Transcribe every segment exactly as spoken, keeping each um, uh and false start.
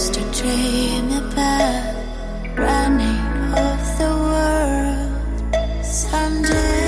used to dream about running off the world someday.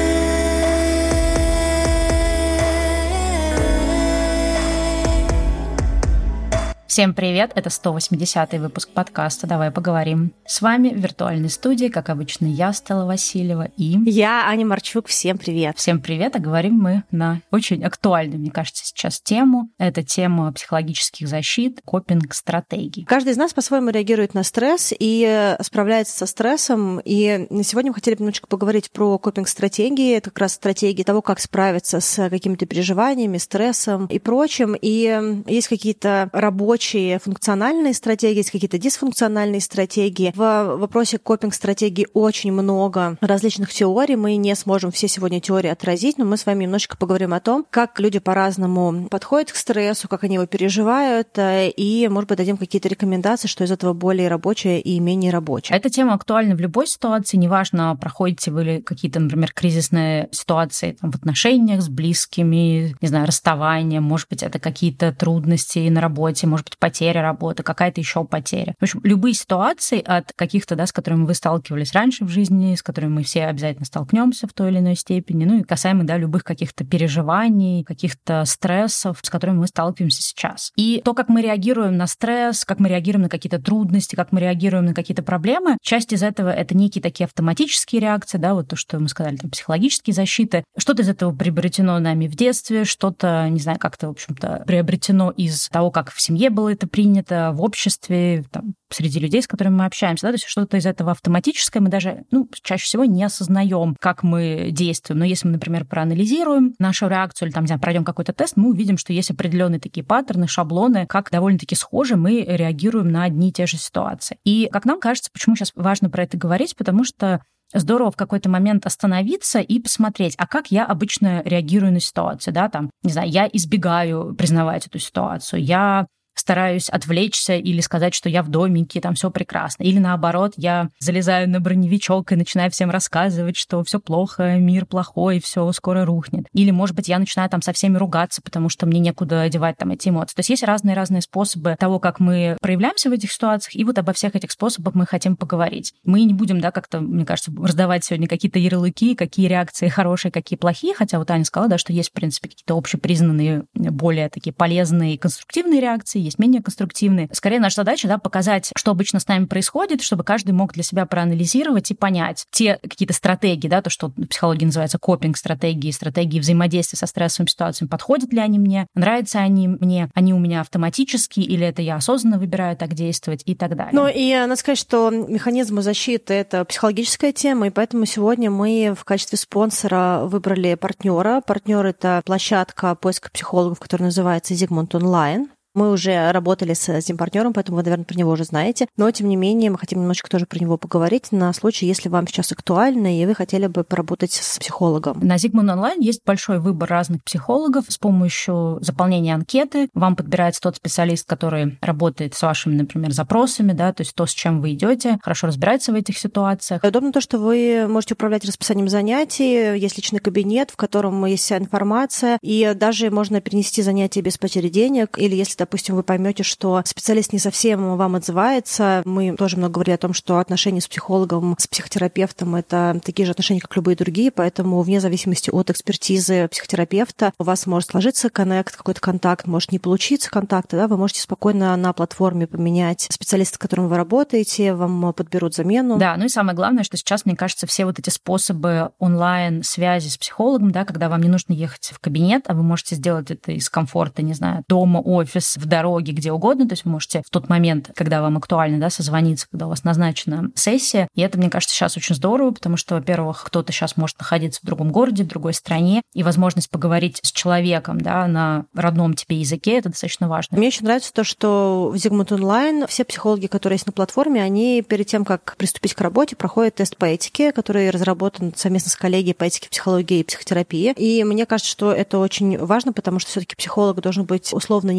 Всем привет, это сто восьмидесятый выпуск подкаста «Давай поговорим». С вами в виртуальной студии, как обычно, я, Стелла Васильева, и... Я, Аня Марчук, всем привет. Всем привет, а говорим мы на очень актуальную, мне кажется, сейчас тему. Это тема психологических защит, копинг-стратегий. Каждый из нас по-своему реагирует на стресс и справляется со стрессом. И сегодня мы хотели немножечко поговорить про копинг-стратегии, это как раз стратегии того, как справиться с какими-то переживаниями, стрессом и прочим. И есть какие-то рабочие функциональные стратегии, есть какие-то дисфункциональные стратегии. В вопросе копинг-стратегий очень много различных теорий. Мы не сможем все сегодня теории отразить, но мы с вами немножечко поговорим о том, как люди по-разному подходят к стрессу, как они его переживают, и, может быть, дадим какие-то рекомендации, что из этого более рабочее и менее рабочее. Эта тема актуальна в любой ситуации, неважно, проходите вы ли какие-то, например, кризисные ситуации там, в отношениях с близкими, не знаю, расставания, может быть, это какие-то трудности на работе, может быть, потеря работы, какая-то еще потеря. В общем, любые ситуации от каких-то, да, с которыми вы сталкивались раньше в жизни, с которыми мы все обязательно столкнемся в той или иной степени, ну и касаемо, да, любых каких-то переживаний, каких-то стрессов, с которыми мы сталкиваемся сейчас. И то, как мы реагируем на стресс, как мы реагируем на какие-то трудности, как мы реагируем на какие-то проблемы, часть из этого — это некие такие автоматические реакции, да, вот то, что мы сказали, там, психологические защиты. Что-то из этого приобретено нами в детстве, что-то, не знаю, как-то, в общем-то, приобретено из того, как в семье было это принято, в обществе, там, среди людей, с которыми мы общаемся, да, то есть что-то из этого автоматическое, мы даже, ну, чаще всего не осознаем, как мы действуем. Но если мы, например, проанализируем нашу реакцию или, там, не знаю, пройдем какой-то тест, мы увидим, что есть определенные такие паттерны, шаблоны, как довольно-таки схожи мы реагируем на одни и те же ситуации. И, как нам кажется, почему сейчас важно про это говорить, потому что здорово в какой-то момент остановиться и посмотреть, а как я обычно реагирую на ситуацию, да, там, не знаю, я избегаю признавать эту ситуацию, я стараюсь отвлечься или сказать, что я в домике, там все прекрасно. Или наоборот, я залезаю на броневичок и начинаю всем рассказывать, что все плохо, мир плохой, все скоро рухнет. Или, может быть, я начинаю там со всеми ругаться, потому что мне некуда девать там эти эмоции. То есть есть разные-разные способы того, как мы проявляемся в этих ситуациях, и вот обо всех этих способах мы хотим поговорить. Мы не будем, да, как-то, мне кажется, раздавать сегодня какие-то ярлыки, какие реакции хорошие, какие плохие, хотя вот Аня сказала, да, что есть, в принципе, какие-то общепризнанные, более такие полезные и конструктивные реакции, есть менее конструктивные. Скорее, наша задача, да, показать, что обычно с нами происходит, чтобы каждый мог для себя проанализировать и понять те какие-то стратегии, да, то, что в психологии называется копинг-стратегии, стратегии взаимодействия со стрессовыми ситуациями, подходят ли они мне, нравятся они мне, они у меня автоматические, или это я осознанно выбираю так действовать и так далее. Ну и надо сказать, что механизмы защиты — это психологическая тема, и поэтому сегодня мы в качестве спонсора выбрали партнера. Партнер — это площадка поиска психологов, которая называется Zigmund Online. Мы уже работали с этим партнером, поэтому вы, наверное, про него уже знаете. Но, тем не менее, мы хотим немножечко тоже про него поговорить на случай, если вам сейчас актуально, и вы хотели бы поработать с психологом. На Zigmund Online есть большой выбор разных психологов. С помощью заполнения анкеты вам подбирается тот специалист, который работает с вашими, например, запросами, да, то есть то, с чем вы идете, хорошо разбирается в этих ситуациях. Удобно то, что вы можете управлять расписанием занятий, есть личный кабинет, в котором есть вся информация, и даже можно перенести занятия без потери денег, или если, допустим, вы поймете, что специалист не совсем вам отзывается. Мы тоже много говорили о том, что отношения с психологом, с психотерапевтом — это такие же отношения, как любые другие, поэтому вне зависимости от экспертизы психотерапевта у вас может сложиться коннект, какой-то контакт, может не получиться контакта, да, вы можете спокойно на платформе поменять специалиста, с которым вы работаете, вам подберут замену. Да, ну и самое главное, что сейчас, мне кажется, все вот эти способы онлайн-связи с психологом, да, когда вам не нужно ехать в кабинет, а вы можете сделать это из комфорта, не знаю, дома, офис, в дороге, где угодно, то есть вы можете в тот момент, когда вам актуально, да, созвониться, когда у вас назначена сессия, и это, мне кажется, сейчас очень здорово, потому что, во-первых, кто-то сейчас может находиться в другом городе, в другой стране, и возможность поговорить с человеком, да, на родном тебе языке, это достаточно важно. Мне очень нравится то, что в Zigmund Online все психологи, которые есть на платформе, они перед тем, как приступить к работе, проходят тест по этике, который разработан совместно с коллегией по этике психологии и психотерапии. И мне кажется, что это очень важно, потому что все-таки психолог должен быть условно нейтральным,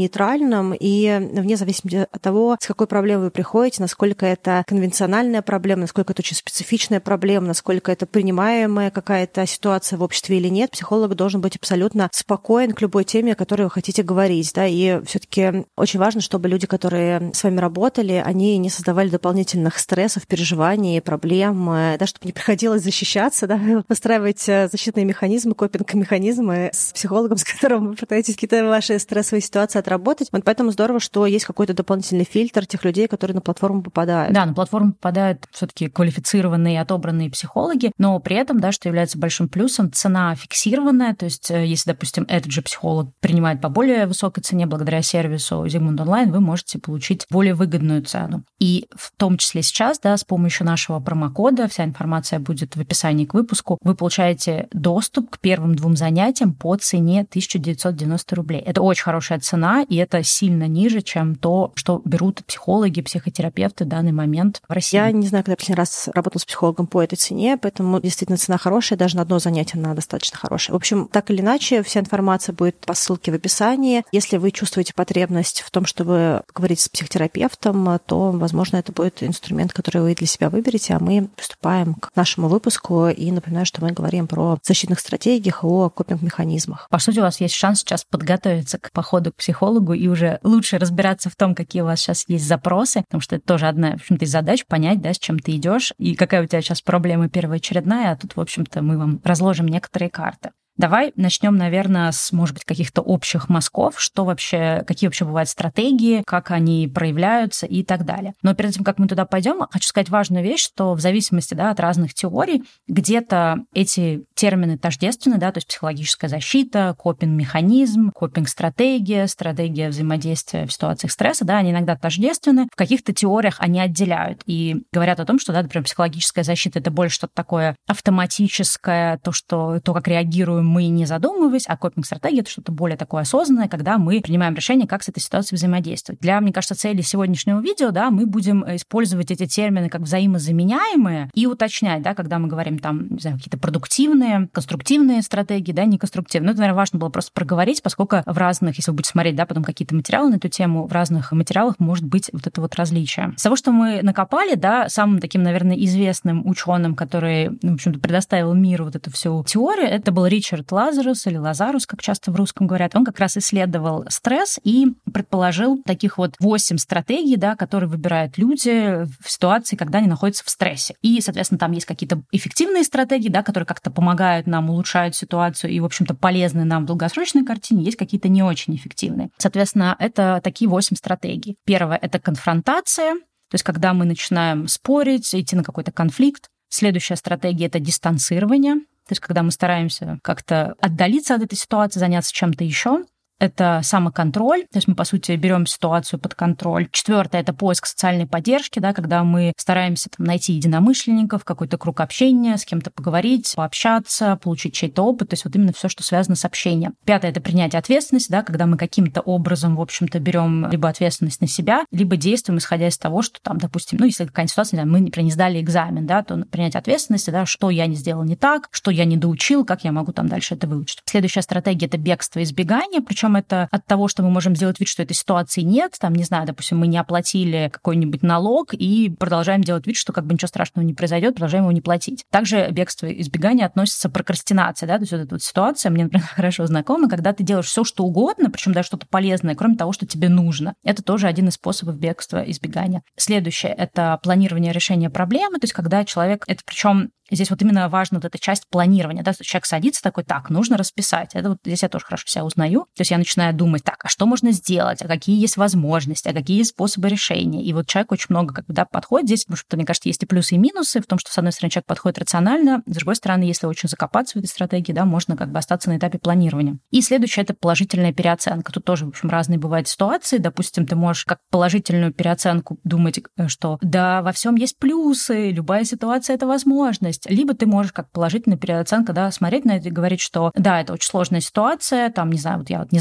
правильным, и вне зависимости от того, с какой проблемой вы приходите, насколько это конвенциональная проблема, насколько это очень специфичная проблема, насколько это принимаемая какая-то ситуация в обществе или нет, психолог должен быть абсолютно спокоен к любой теме, о которой вы хотите говорить, да, и все-таки очень важно, чтобы люди, которые с вами работали, они не создавали дополнительных стрессов, переживаний, проблем, да, чтобы не приходилось защищаться, да, выстраивать защитные механизмы, копинг-механизмы с психологом, с которым вы пытаетесь какие-то ваши стрессовые ситуации отработать. Вот поэтому здорово, что есть какой-то дополнительный фильтр тех людей, которые на платформу попадают. Да, на платформу попадают все-таки квалифицированные, отобранные психологи, но при этом, да, что является большим плюсом, цена фиксированная, то есть если, допустим, этот же психолог принимает по более высокой цене благодаря сервису Zigmund Online, вы можете получить более выгодную цену. И в том числе сейчас, да, с помощью нашего промокода, вся информация будет в описании к выпуску, вы получаете доступ к первым двум занятиям по цене тысяча девятьсот девяносто рублей. Это очень хорошая цена, и это сильно ниже, чем то, что берут психологи, психотерапевты в данный момент в России. Я не знаю, когда я последний раз работала с психологом по этой цене, поэтому действительно цена хорошая, даже на одно занятие она достаточно хорошая. В общем, так или иначе, вся информация будет по ссылке в описании. Если вы чувствуете потребность в том, чтобы говорить с психотерапевтом, то, возможно, это будет инструмент, который вы для себя выберете, а мы приступаем к нашему выпуску. И напоминаю, что мы говорим про защитных стратегиях, о копинг-механизмах. По сути, у вас есть шанс сейчас подготовиться к походу к психологу и уже лучше разбираться в том, какие у вас сейчас есть запросы, потому что это тоже одна, в общем-то, из задач понять, да, с чем ты идешь и какая у тебя сейчас проблема первоочередная, а тут, в общем-то, мы вам разложим некоторые карты. Давай начнем, наверное, с, может быть, каких-то общих мазков, что вообще, какие вообще бывают стратегии, как они проявляются и так далее. Но перед тем, как мы туда пойдем, хочу сказать важную вещь, что в зависимости, да, от разных теорий где-то эти термины тождественны, да, то есть психологическая защита, копинг-механизм, копинг-стратегия, стратегия взаимодействия в ситуациях стресса, да, они иногда тождественны, в каких-то теориях они отделяют и говорят о том, что, да, например, психологическая защита — это больше что-то такое автоматическое, то, что, то, как реагируем мы, не задумываясь, а копинг-стратегия — это что-то более такое осознанное, когда мы принимаем решение, как с этой ситуацией взаимодействовать. Для, мне кажется, цели сегодняшнего видео, да, мы будем использовать эти термины как взаимозаменяемые и уточнять, да, когда мы говорим там, не знаю, какие-то продуктивные, конструктивные стратегии, да, неконструктивные. Ну, это, наверное, важно было просто проговорить, поскольку в разных, если вы будете смотреть, да, потом какие-то материалы на эту тему, в разных материалах может быть вот это вот различие. С того, что мы накопали, да, самым таким, наверное, известным ученым, который, в общем-то, предоставил миру вот эту всю теорию, это был Ричард Лазарус или Лазарус, как часто в русском говорят. Он как раз исследовал стресс и предположил таких вот восемь стратегий, да, которые выбирают люди в ситуации, когда они находятся в стрессе. И, соответственно, там есть какие-то эффективные стратегии, да, которые как-то помогают нам, улучшают ситуацию и, в общем-то, полезны нам в долгосрочной картине. Есть какие-то не очень эффективные. Соответственно, это такие восемь стратегий. Первое — это конфронтация, то есть когда мы начинаем спорить, идти на какой-то конфликт. Следующая стратегия — это дистанцирование. То есть когда мы стараемся как-то отдалиться от этой ситуации, заняться чем-то еще. Это самоконтроль, то есть мы, по сути, берем ситуацию под контроль. Четвертое — это поиск социальной поддержки, да, когда мы стараемся там найти единомышленников, какой-то круг общения, с кем-то поговорить, пообщаться, получить чей-то опыт, то есть вот именно все, что связано с общением. Пятое — это принятие ответственности, да, когда мы каким-то образом, в общем-то, берем либо ответственность на себя, либо действуем, исходя из того, что там, допустим, ну, если какая-нибудь ситуация, да, мы, например, не сдали экзамен, да, то принятие ответственности, да, что я не сделал не так, что я не доучил, как я могу там дальше это выучить. Следующая стратегия — это бегство и избегание, причем это от того, что мы можем сделать вид, что этой ситуации нет, там, не знаю, допустим, мы не оплатили какой-нибудь налог и продолжаем делать вид, что как бы ничего страшного не произойдет, продолжаем его не платить. Также бегство и избегание относится к прокрастинации, да, то есть вот эта вот ситуация мне, например, хорошо знакома, когда ты делаешь все, что угодно, причем даже что-то полезное, кроме того, что тебе нужно. Это тоже один из способов бегства и избегания. Следующее — это планирование решения проблемы, то есть когда человек, это причем здесь вот именно важна вот эта часть планирования, да, что человек садится такой, так, нужно расписать. Это вот здесь я тоже хорошо себя узнаю. То есть я начинаю думать, так, а что можно сделать, а какие есть возможности, а какие есть способы решения. И вот человек очень много как бы, да, подходит здесь, потому что, мне кажется, есть и плюсы, и минусы в том, что, с одной стороны, человек подходит рационально, с другой стороны, если очень закопаться в этой стратегии, да, можно как бы остаться на этапе планирования. И следующее — это положительная переоценка. Тут тоже, в общем, разные бывают ситуации. Допустим, ты можешь как положительную переоценку думать, что да, во всем есть плюсы, любая ситуация — это возможность. Либо ты можешь как положительная переоценка, да, смотреть на это и говорить, что да, это очень сложная ситуация, там, не знаю, вот я вот не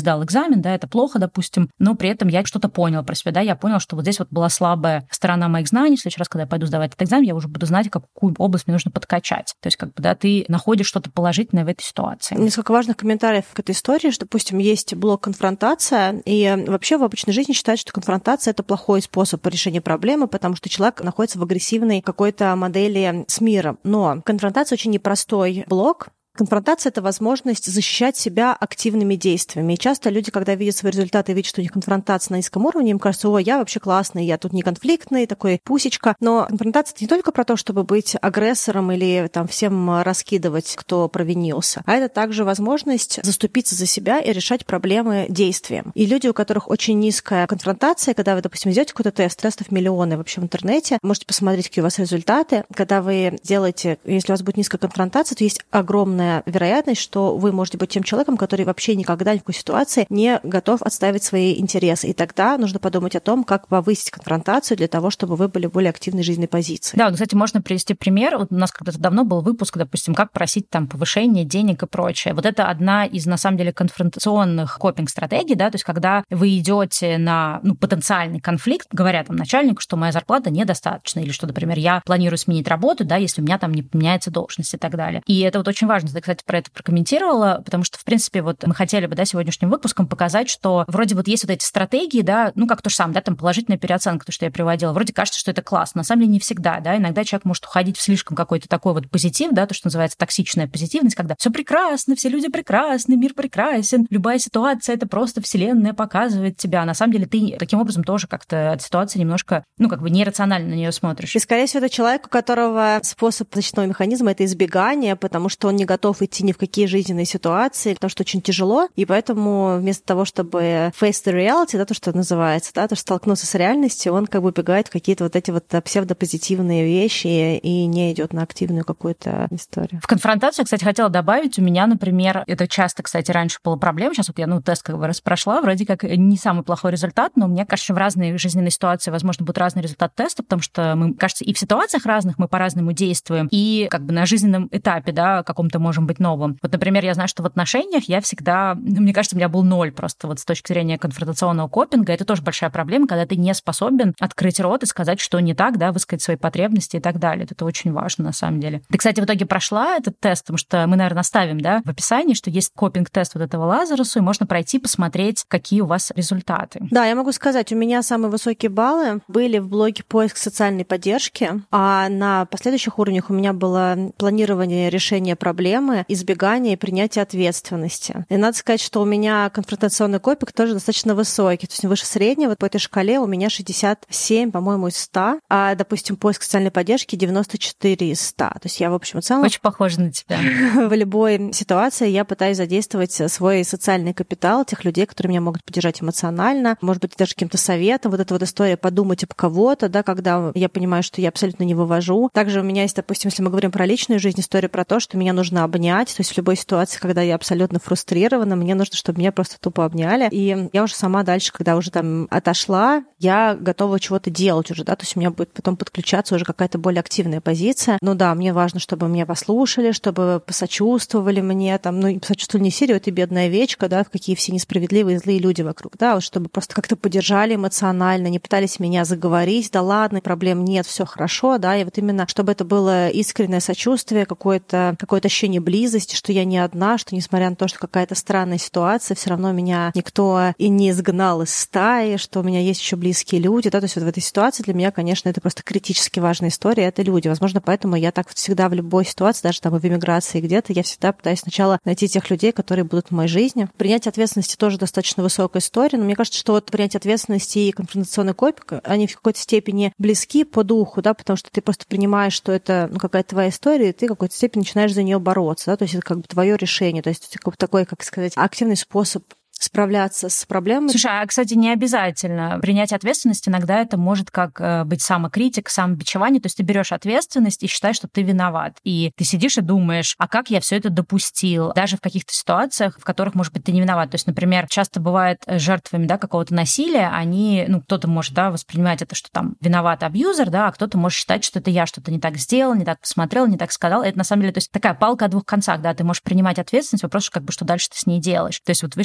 сдал экзамен, да, это плохо, допустим, но при этом я что-то понял про себя, да, я понял, что вот здесь вот была слабая сторона моих знаний, в следующий раз, когда я пойду сдавать этот экзамен, я уже буду знать, какую область мне нужно подкачать. То есть, как бы, да, ты находишь что-то положительное в этой ситуации. Несколько важных комментариев к этой истории, что, допустим, есть блок «Конфронтация», и вообще в обычной жизни считают, что конфронтация — это плохой способ решения проблемы, потому что человек находится в агрессивной какой-то модели с миром. Но конфронтация очень непростой блок. Конфронтация — это возможность защищать себя активными действиями. И часто люди, когда видят свои результаты и видят, что у них конфронтация на низком уровне, им кажется: о, я вообще классный, я тут не конфликтный, такой пусечка. Но конфронтация — это не только про то, чтобы быть агрессором или там всем раскидывать, кто провинился, а это также возможность заступиться за себя и решать проблемы действием. И люди, у которых очень низкая конфронтация, когда вы, допустим, сделаете какой-то тест, тестов миллионы вообще в интернете, можете посмотреть, какие у вас результаты. Когда вы делаете, если у вас будет низкая конфронтация, то есть огромная вероятность, что вы можете быть тем человеком, который вообще никогда ни в какой ситуации не готов отстаивать свои интересы. И тогда нужно подумать о том, как повысить конфронтацию для того, чтобы вы были в более активной жизненной позиции. Да, ну, кстати, можно привести пример. Вот у нас когда-то давно был выпуск, допустим, как просить там повышение денег и прочее. Вот это одна из, на самом деле, конфронтационных копинг-стратегий, да, то есть когда вы идете на ну, потенциальный конфликт, говоря там начальнику, что моя зарплата недостаточна, или что, например, я планирую сменить работу, да, если у меня там не поменяется должность и так далее. И это вот очень важно. Ты, кстати, про это прокомментировала, потому что, в принципе, вот мы хотели бы, да, сегодняшним выпуском показать, что вроде вот есть вот эти стратегии, да, ну, как то же самое, да, там положительная переоценка, то, что я приводила, вроде кажется, что это классно. На самом деле не всегда, да, иногда человек может уходить в слишком какой-то такой вот позитив, да, то, что называется токсичная позитивность, когда все прекрасно, все люди прекрасны, мир прекрасен, любая ситуация — это просто вселенная показывает тебя. А на самом деле ты таким образом тоже как-то от ситуации немножко, ну, как бы нерационально на нее смотришь. И, скорее всего, это человек, у которого способ защитного механизма — это избегание, потому что он не готов идти ни в какие жизненные ситуации, потому что очень тяжело, и поэтому вместо того, чтобы face the reality, да, то, что называется, да, то, что столкнуться с реальностью, он как бы убегает в какие-то вот эти вот псевдопозитивные вещи и не идет на активную какую-то историю. В конфронтацию, кстати, хотела добавить, у меня, например, это часто, кстати, раньше была проблема, сейчас вот я, ну, тест как бы раз прошла, вроде как не самый плохой результат, но мне кажется, в разные жизненные ситуации, возможно, будет разный результат теста, потому что мы, кажется, и в ситуациях разных мы по-разному действуем, и как бы на жизненном этапе, да, каком-то можем быть новым. Вот, например, я знаю, что в отношениях я всегда, ну, мне кажется, у меня был ноль просто вот с точки зрения конфронтационного копинга. Это тоже большая проблема, когда ты не способен открыть рот и сказать, что не так, да, высказать свои потребности и так далее. Это очень важно на самом деле. Ты, кстати, в итоге прошла этот тест, потому что мы, наверное, оставим, да, в описании, что есть копинг-тест вот этого Лазарусу, и можно пройти, посмотреть, какие у вас результаты. Да, я могу сказать, у меня самые высокие баллы были в блоге «Поиск социальной поддержки», а на последующих уровнях у меня было планирование решения проблемы, избегание и принятие ответственности. И надо сказать, что у меня конфронтационный копинг тоже достаточно высокий, то есть выше среднего. По этой шкале у меня шестьдесят семь, по-моему, из ста, а, допустим, поиск социальной поддержки девяносто четыре из ста. То есть я, в общем и целом... Очень похоже на тебя. В любой ситуации я пытаюсь задействовать свой социальный капитал, тех людей, которые меня могут поддержать эмоционально, может быть, даже каким-то советом. Вот эта вот история подумать об кого-то, да, когда я понимаю, что я абсолютно не вывожу. Также у меня есть, допустим, если мы говорим про личную жизнь, история про то, что меня нужно обнять. То есть в любой ситуации, когда я абсолютно фрустрирована, мне нужно, чтобы меня просто тупо обняли. И я уже сама дальше, когда уже там отошла, я готова чего-то делать уже, да, то есть у меня будет потом подключаться уже какая-то более активная позиция. Ну да, мне важно, чтобы меня послушали, чтобы посочувствовали мне, там, ну, посочувствовали не серию, ты бедная овечка, да, какие все несправедливые, злые люди вокруг, да, вот чтобы просто как-то поддержали эмоционально, не пытались меня заговорить, да ладно, проблем нет, все хорошо, да, и вот именно, чтобы это было искреннее сочувствие, какое-то, какое-то ощущение близости, что я не одна, что несмотря на то, что какая-то странная ситуация, все равно меня никто и не изгнал из стаи, что у меня есть еще близкие люди, да, то есть вот в этой ситуации для меня, конечно, это просто критически важная история, это люди. Возможно, поэтому я так вот всегда в любой ситуации, даже там в эмиграции где-то, я всегда пытаюсь сначала найти тех людей, которые будут в моей жизни. Принятие ответственности тоже достаточно высокая история, но мне кажется, что вот принятие ответственности и конфронтационный копинг, они в какой-то степени близки по духу, да, потому что ты просто принимаешь, что это, ну, какая-то твоя история, и ты в какой-то степени начинаешь за нее бороться, да, то есть это как бы твое решение, то есть это такой, как сказать, активный способ справляться с проблемой. Слушай, а, кстати, не обязательно. Принять ответственность иногда это может как быть самокритик, самобичевание. То есть ты берешь ответственность и считаешь, что ты виноват. И ты сидишь и думаешь, а как я все это допустил? Даже в каких-то ситуациях, в которых, может быть, ты не виноват. То есть, например, часто бывает жертвами, да, какого-то насилия, они, ну, кто-то может, да, воспринимать это, что там виноват абьюзер, да, а кто-то может считать, что это я что-то не так сделал, не так посмотрел, не так сказал. Это на самом деле, то есть такая палка о двух концах, да, ты можешь принимать ответственность, вопрос, как бы, что дальше ты с ней делаешь. То есть вот видишь, в твоем случае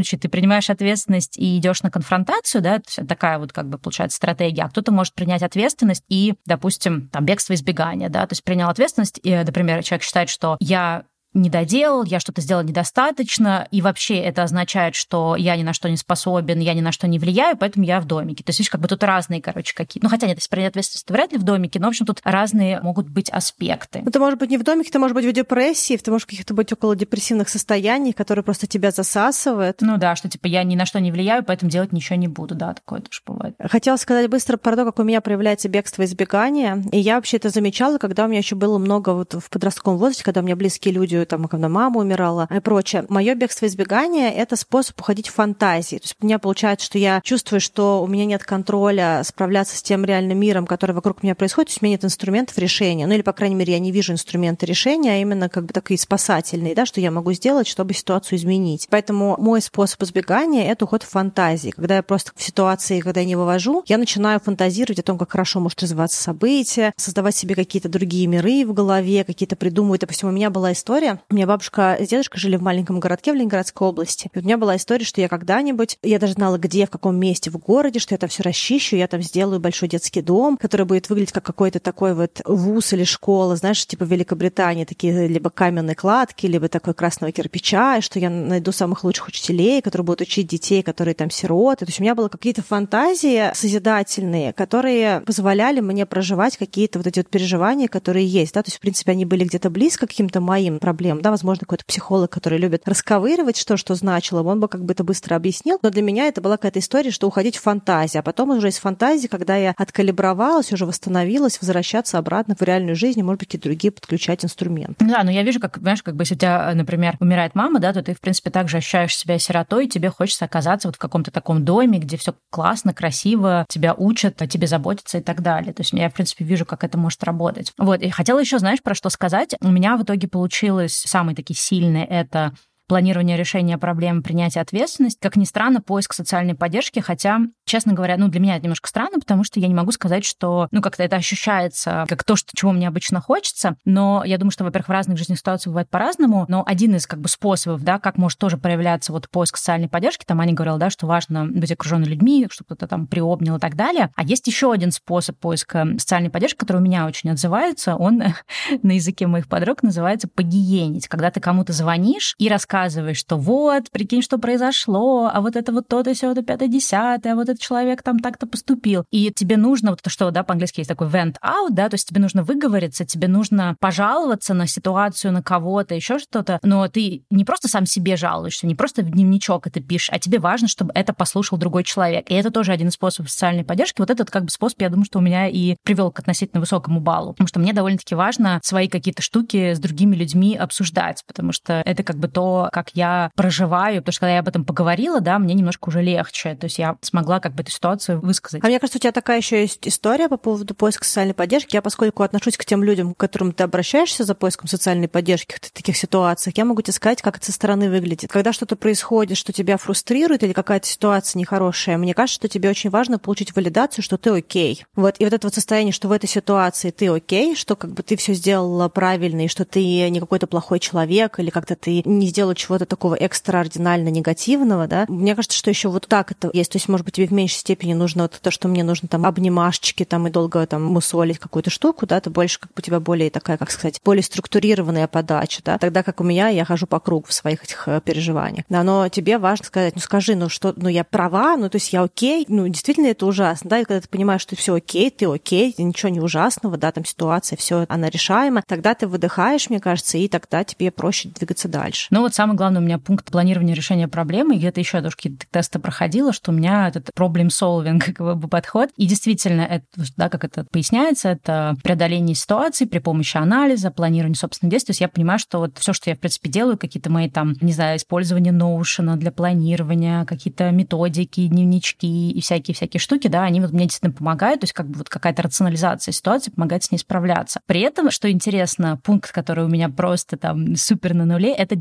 случае ты принимаешь ответственность и идешь на конфронтацию, да, то есть такая вот как бы получается стратегия, а кто-то может принять ответственность и, допустим, там, бегство, избегание, да, то есть принял ответственность, и, например, человек считает, что я не доделал, я что-то сделал недостаточно, и вообще это означает, что я ни на что не способен, я ни на что не влияю, поэтому я в домике. То есть, видишь, как бы тут разные, короче, какие-то... Ну, хотя нет, если принять ответственность, то вряд ли в домике, но, в общем, тут разные могут быть аспекты. Ну, ты можешь быть не в домике, ты можешь быть в депрессии, ты можешь каких-то быть около депрессивных состояний, которые просто тебя засасывают. Ну да, что типа я ни на что не влияю, поэтому делать ничего не буду, да, такое тоже бывает. Хотела сказать быстро про то, как у меня проявляется бегство и избегание, и я вообще это замечала, когда у меня еще было много вот в подростковом возрасте, когда у меня близкие люди, там, когда мама умирала и прочее. Мое бегство и избегание — это способ уходить в фантазии. То есть у меня получается, что я чувствую, что у меня нет контроля справляться с тем реальным миром, который вокруг меня происходит, то есть у меня нет инструментов решения. Ну или, по крайней мере, я не вижу инструмента решения, а именно как бы такие спасательные, да, что я могу сделать, чтобы ситуацию изменить. Поэтому мой способ избегания — это уход в фантазии. Когда я просто в ситуации, когда я не вывожу, я начинаю фантазировать о том, как хорошо может развиваться событие, создавать себе какие-то другие миры в голове, какие-то придумывать. Допустим, у меня была история, у меня бабушка с дедушкой жили в маленьком городке в Ленинградской области. И у меня была история, что я когда-нибудь, я даже знала, где, в каком месте в городе, что я там все расчищу, я там сделаю большой детский дом, который будет выглядеть как какой-то такой вот вуз или школа, знаешь, типа в Великобритании, такие либо каменные кладки, либо такой красного кирпича, и что я найду самых лучших учителей, которые будут учить детей, которые там сироты. То есть у меня были какие-то фантазии созидательные, которые позволяли мне проживать какие-то вот эти вот переживания, которые есть, да, то есть, в принципе, они были где-то близко к каким-то моим проблемам, да, возможно, какой-то психолог, который любит расковыривать, что что значило, он бы как бы это быстро объяснил, но для меня это была какая-то история, что уходить в фантазию, а потом уже из фантазии, когда я откалибровалась, уже восстановилась, возвращаться обратно в реальную жизнь и, может быть, какие-то другие подключать инструменты. Да, но я вижу, как, понимаешь, как бы если у тебя, например, умирает мама, да, то ты, в принципе, также ощущаешь себя сиротой, и тебе хочется оказаться вот в каком-то таком доме, где все классно, красиво, тебя учат, о тебе заботятся и так далее. То есть я, в принципе, вижу, как это может работать. Вот, и хотела еще, знаешь, про что сказать. У меня в итоге получилось самые такие сильные — это планирование решения проблем, принятие ответственности. Как ни странно, поиск социальной поддержки, хотя, честно говоря, ну, для меня это немножко странно, потому что я не могу сказать, что, ну, как-то это ощущается как то, что, чего мне обычно хочется, но я думаю, что, во-первых, в разных жизненных ситуациях бывает по-разному, но один из, как бы, способов, да, как может тоже проявляться вот поиск социальной поддержки, там Аня говорила, да, что важно быть окружённой людьми, чтобы кто-то там приобнял и так далее, а есть еще один способ поиска социальной поддержки, который у меня очень отзывается, он на языке моих подруг называется погиенить, когда ты кому-то звонишь и рассказываешь, рассказываешь, что вот, прикинь, что произошло, а вот это вот то-то, сё-то, пятое, десятое, а вот этот человек там так-то поступил. И тебе нужно, вот это что, да, по-английски есть такой vent out, да, то есть тебе нужно выговориться, тебе нужно пожаловаться на ситуацию, на кого-то, еще что-то, но ты не просто сам себе жалуешься, не просто в дневничок это пишешь, а тебе важно, чтобы это послушал другой человек. И это тоже один из способов социальной поддержки. Вот этот как бы способ, я думаю, что у меня и привел к относительно высокому баллу, потому что мне довольно-таки важно свои какие-то штуки с другими людьми обсуждать, потому что это как бы то, как я проживаю, потому что когда я об этом поговорила, да, мне немножко уже легче, то есть я смогла как бы эту ситуацию высказать. А мне кажется, у тебя такая еще есть история по поводу поиска социальной поддержки. Я, поскольку отношусь к тем людям, к которым ты обращаешься за поиском социальной поддержки в таких ситуациях, я могу тебе сказать, как это со стороны выглядит. Когда что-то происходит, что тебя фрустрирует или какая-то ситуация нехорошая, мне кажется, что тебе очень важно получить валидацию, что ты окей. Вот, и вот это вот состояние, что в этой ситуации ты окей, что как бы ты все сделала правильно, и что ты не какой-то плохой человек, или как-то ты не сделала чего-то такого экстраординально негативного, да. Мне кажется, что еще вот так это есть. То есть, может быть, тебе в меньшей степени нужно вот то, что мне нужно там обнимашечки там и долго там мусолить какую-то штуку, да, это больше как бы у тебя более такая, как сказать, более структурированная подача, да. Тогда как у меня, я хожу по кругу в своих этих переживаниях. Да, но тебе важно сказать, ну скажи, ну что, ну я права, ну то есть я окей, ну действительно это ужасно, да, и когда ты понимаешь, что все окей, ты окей, ничего не ужасного, да, там ситуация, все она решаема, тогда ты выдыхаешь, мне кажется, и тогда тебе проще двигаться дальше. Ну вот самый главный у меня пункт планирования решения проблемы, и где-то еще я тоже какие-то тесты проходила, что у меня этот problem-solving как бы подход, и действительно, это, да, как это поясняется, это преодоление ситуаций при помощи анализа, планирования собственных действий. То есть я понимаю, что вот все, что я, в принципе, делаю, какие-то мои там, не знаю, использование Notion для планирования, какие-то методики, дневнички и всякие-всякие штуки, да, они вот мне действительно помогают, то есть как бы вот какая-то рационализация ситуации помогает с ней справляться. При этом, что интересно, пункт, который у меня просто там супер на нуле, это дистанцирование.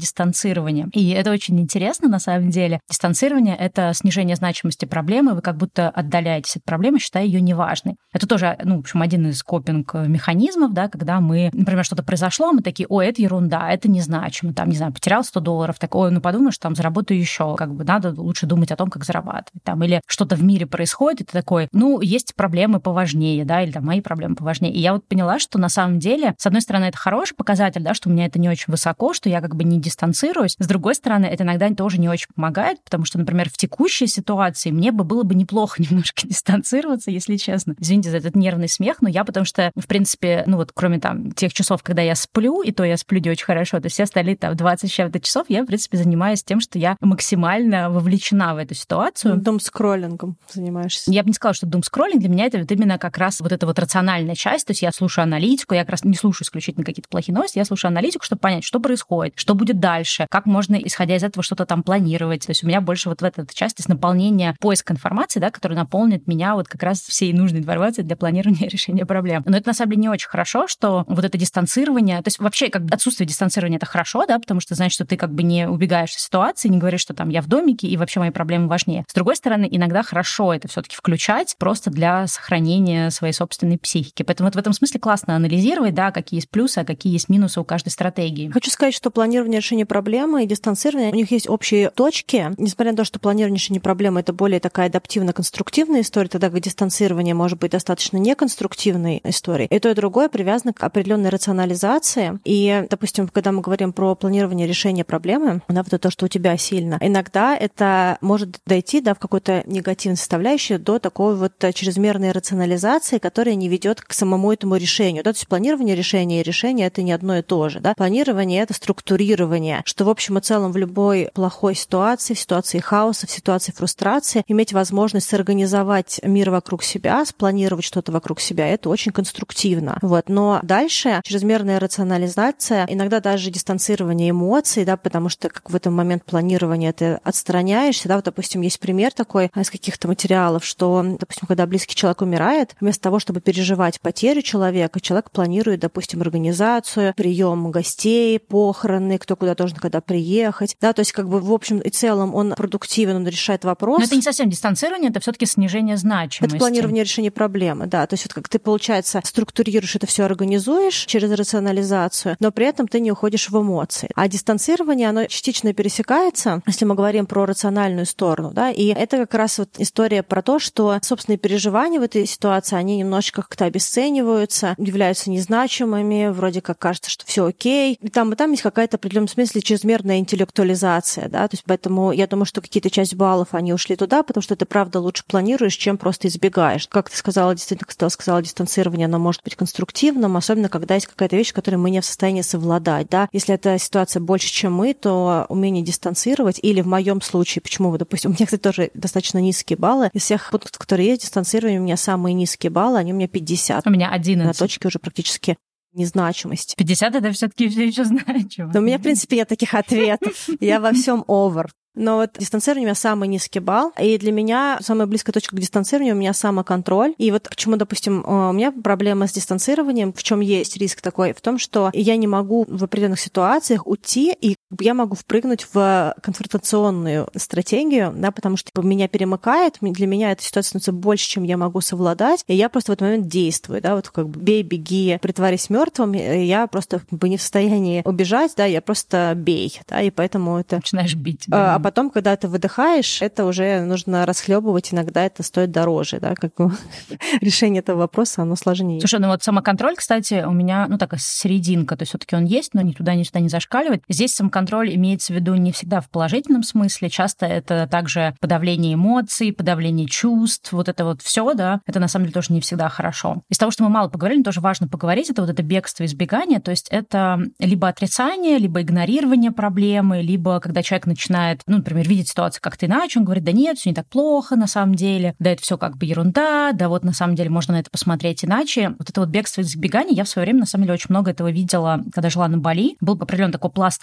дистанцирование. И это очень интересно на самом деле. Дистанцирование — это снижение значимости проблемы, вы как будто отдаляетесь от проблемы, считая ее неважной. Это тоже, ну, в общем, один из копинг-механизмов, да, когда мы, например, что-то произошло, мы такие: ой, это ерунда, это незначимо, там, не знаю, потерял сто долларов, так, ой, ну подумаешь, там, заработаю еще, как бы надо лучше думать о том, как зарабатывать, там, или что-то в мире происходит, и ты такой: ну, есть проблемы поважнее, да, или там мои проблемы поважнее. И я вот поняла, что на самом деле, с одной стороны, это хороший показатель, да, что у меня это не очень высоко, что я как бы не дистанцируюсь. С другой стороны, это иногда тоже не очень помогает, потому что, например, в текущей ситуации мне бы было бы неплохо немножко дистанцироваться, если честно. Извините за этот нервный смех, но я потому что, в принципе, ну вот кроме там тех часов, когда я сплю, и то я сплю не очень хорошо, то все остальные там двадцать с чем-то часов я, в принципе, занимаюсь тем, что я максимально вовлечена в эту ситуацию. Думскроллингом занимаешься. Я бы не сказала, что думскроллинг для меня это вот именно как раз вот эта вот рациональная часть, то есть я слушаю аналитику, я как раз не слушаю исключительно какие-то плохие новости, я слушаю аналитику, чтобы понять, что происходит, что будет дальше, как можно, исходя из этого, что-то там планировать. То есть у меня больше вот в этой части с наполнения поиска информации, да, которая наполнит меня вот как раз всей нужной информацией для планирования и решения проблем. Но это на самом деле не очень хорошо, что вот это дистанцирование, то есть вообще как бы отсутствие дистанцирования — это хорошо, да, потому что значит, что ты как бы не убегаешь из ситуации, не говоришь, что там я в домике и вообще мои проблемы важнее. С другой стороны, иногда хорошо это все-таки включать просто для сохранения своей собственной психики. Поэтому вот в этом смысле классно анализировать, да, какие есть плюсы, а какие есть минусы у каждой стратегии. Хочу сказать, что планирование решения проблемы и дистанцирование, у них есть общие точки. Несмотря на то, что планирование решения проблемы — это более такая адаптивно-конструктивная история, тогда как дистанцирование может быть достаточно неконструктивной историей. И то, и другое привязано к определенной рационализации. И, допустим, когда мы говорим про планирование решения проблемы, да, вот то, что у тебя сильно, иногда это может дойти, да, в какой-то негативной составляющей до такой вот чрезмерной рационализации, которая не ведет к самому этому решению. Да? То есть планирование решения и решение — это не одно и то же. Да? Планирование — это структурирование, что в общем и целом в любой плохой ситуации, в ситуации хаоса, в ситуации фрустрации иметь возможность сорганизовать мир вокруг себя, спланировать что-то вокруг себя — это очень конструктивно. Вот. Но дальше чрезмерная рационализация, иногда даже дистанцирование эмоций, да, потому что как в этот момент планирования ты отстраняешься. Да? Вот, допустим, есть пример такой из каких-то материалов, что, допустим, когда близкий человек умирает, вместо того, чтобы переживать потерю человека, человек планирует, допустим, организацию, прием гостей, похороны, кто куда должен когда приехать. Да? То есть как бы в общем и целом он продуктивен, он решает вопрос. Но это не совсем дистанцирование, это все-таки снижение значимости. Это планирование решения проблемы, да. То есть вот как ты, получается, структурируешь это все, организуешь через рационализацию, но при этом ты не уходишь в эмоции. А дистанцирование, оно частично пересекается, если мы говорим про рациональную сторону, да, и это как раз вот история про то, что собственные переживания в этой ситуации, они немножечко как-то обесцениваются, являются незначимыми, вроде как кажется, что все окей. И там, и там есть какая-то в определенном смысле чрезмерная интеллектуализация, да, то есть поэтому я думаю, что какие-то часть баллов, они ушли туда, потому что ты, правда, лучше планируешь, чем просто избегаешь. Как ты сказала, действительно, как сказала, дистанцирование, оно может быть конструктивным, особенно когда есть какая-то вещь, которой мы не в состоянии совладать, да. Если эта ситуация больше, чем мы, то умение дистанцировать, или в моем случае, почему вы, допустим, у меня, кстати, тоже достаточно низкие баллы. Из всех пунктов, которые есть, дистанцирование у меня самые низкие баллы, они у меня пятьдесят. У меня одиннадцать. На точке уже практически незначимости. пятьдесят — это все-таки все еще значимо. Но у меня, в принципе, нет таких ответов. Я во всем over. Но вот дистанцирование у меня самый низкий балл, и для меня самая близкая точка к дистанцированию у меня самоконтроль. И вот почему, допустим, у меня проблема с дистанцированием, в чем есть риск такой, в том, что я не могу в определенных ситуациях уйти, и я могу впрыгнуть в конфронтационную стратегию, да, потому что меня перемыкает, для меня эта ситуация становится больше, чем я могу совладать, и я просто в этот момент действую, да, вот как бы бей, беги, притворись мертвым, я просто как бы не в состоянии убежать, да, я просто бей, да, и поэтому это... Начинаешь бить, да. А потом, когда ты выдыхаешь, это уже нужно расхлебывать, иногда это стоит дороже, да, как бы решение этого вопроса, оно сложнее. Слушай, ну вот самоконтроль, кстати, у меня, ну, такая серединка, то есть все-таки он есть, но ни туда, ни сюда не зашкаливает. Здесь самоконтроль имеется в виду не всегда в положительном смысле, часто это также подавление эмоций, подавление чувств, вот это вот все, да, это на самом деле тоже не всегда хорошо. Из того, что мы мало поговорили, тоже важно поговорить, это вот это бегство, избегание, то есть это либо отрицание, либо игнорирование проблемы, либо когда человек начинает, ну, например, видеть ситуацию как-то иначе, он говорит, да нет, все не так плохо на самом деле, да это все как бы ерунда, да вот на самом деле можно на это посмотреть иначе. Вот это вот бегство и избегание, я в свое время на самом деле очень много этого видела, когда жила на Бали. Был определенный такой пласт людей,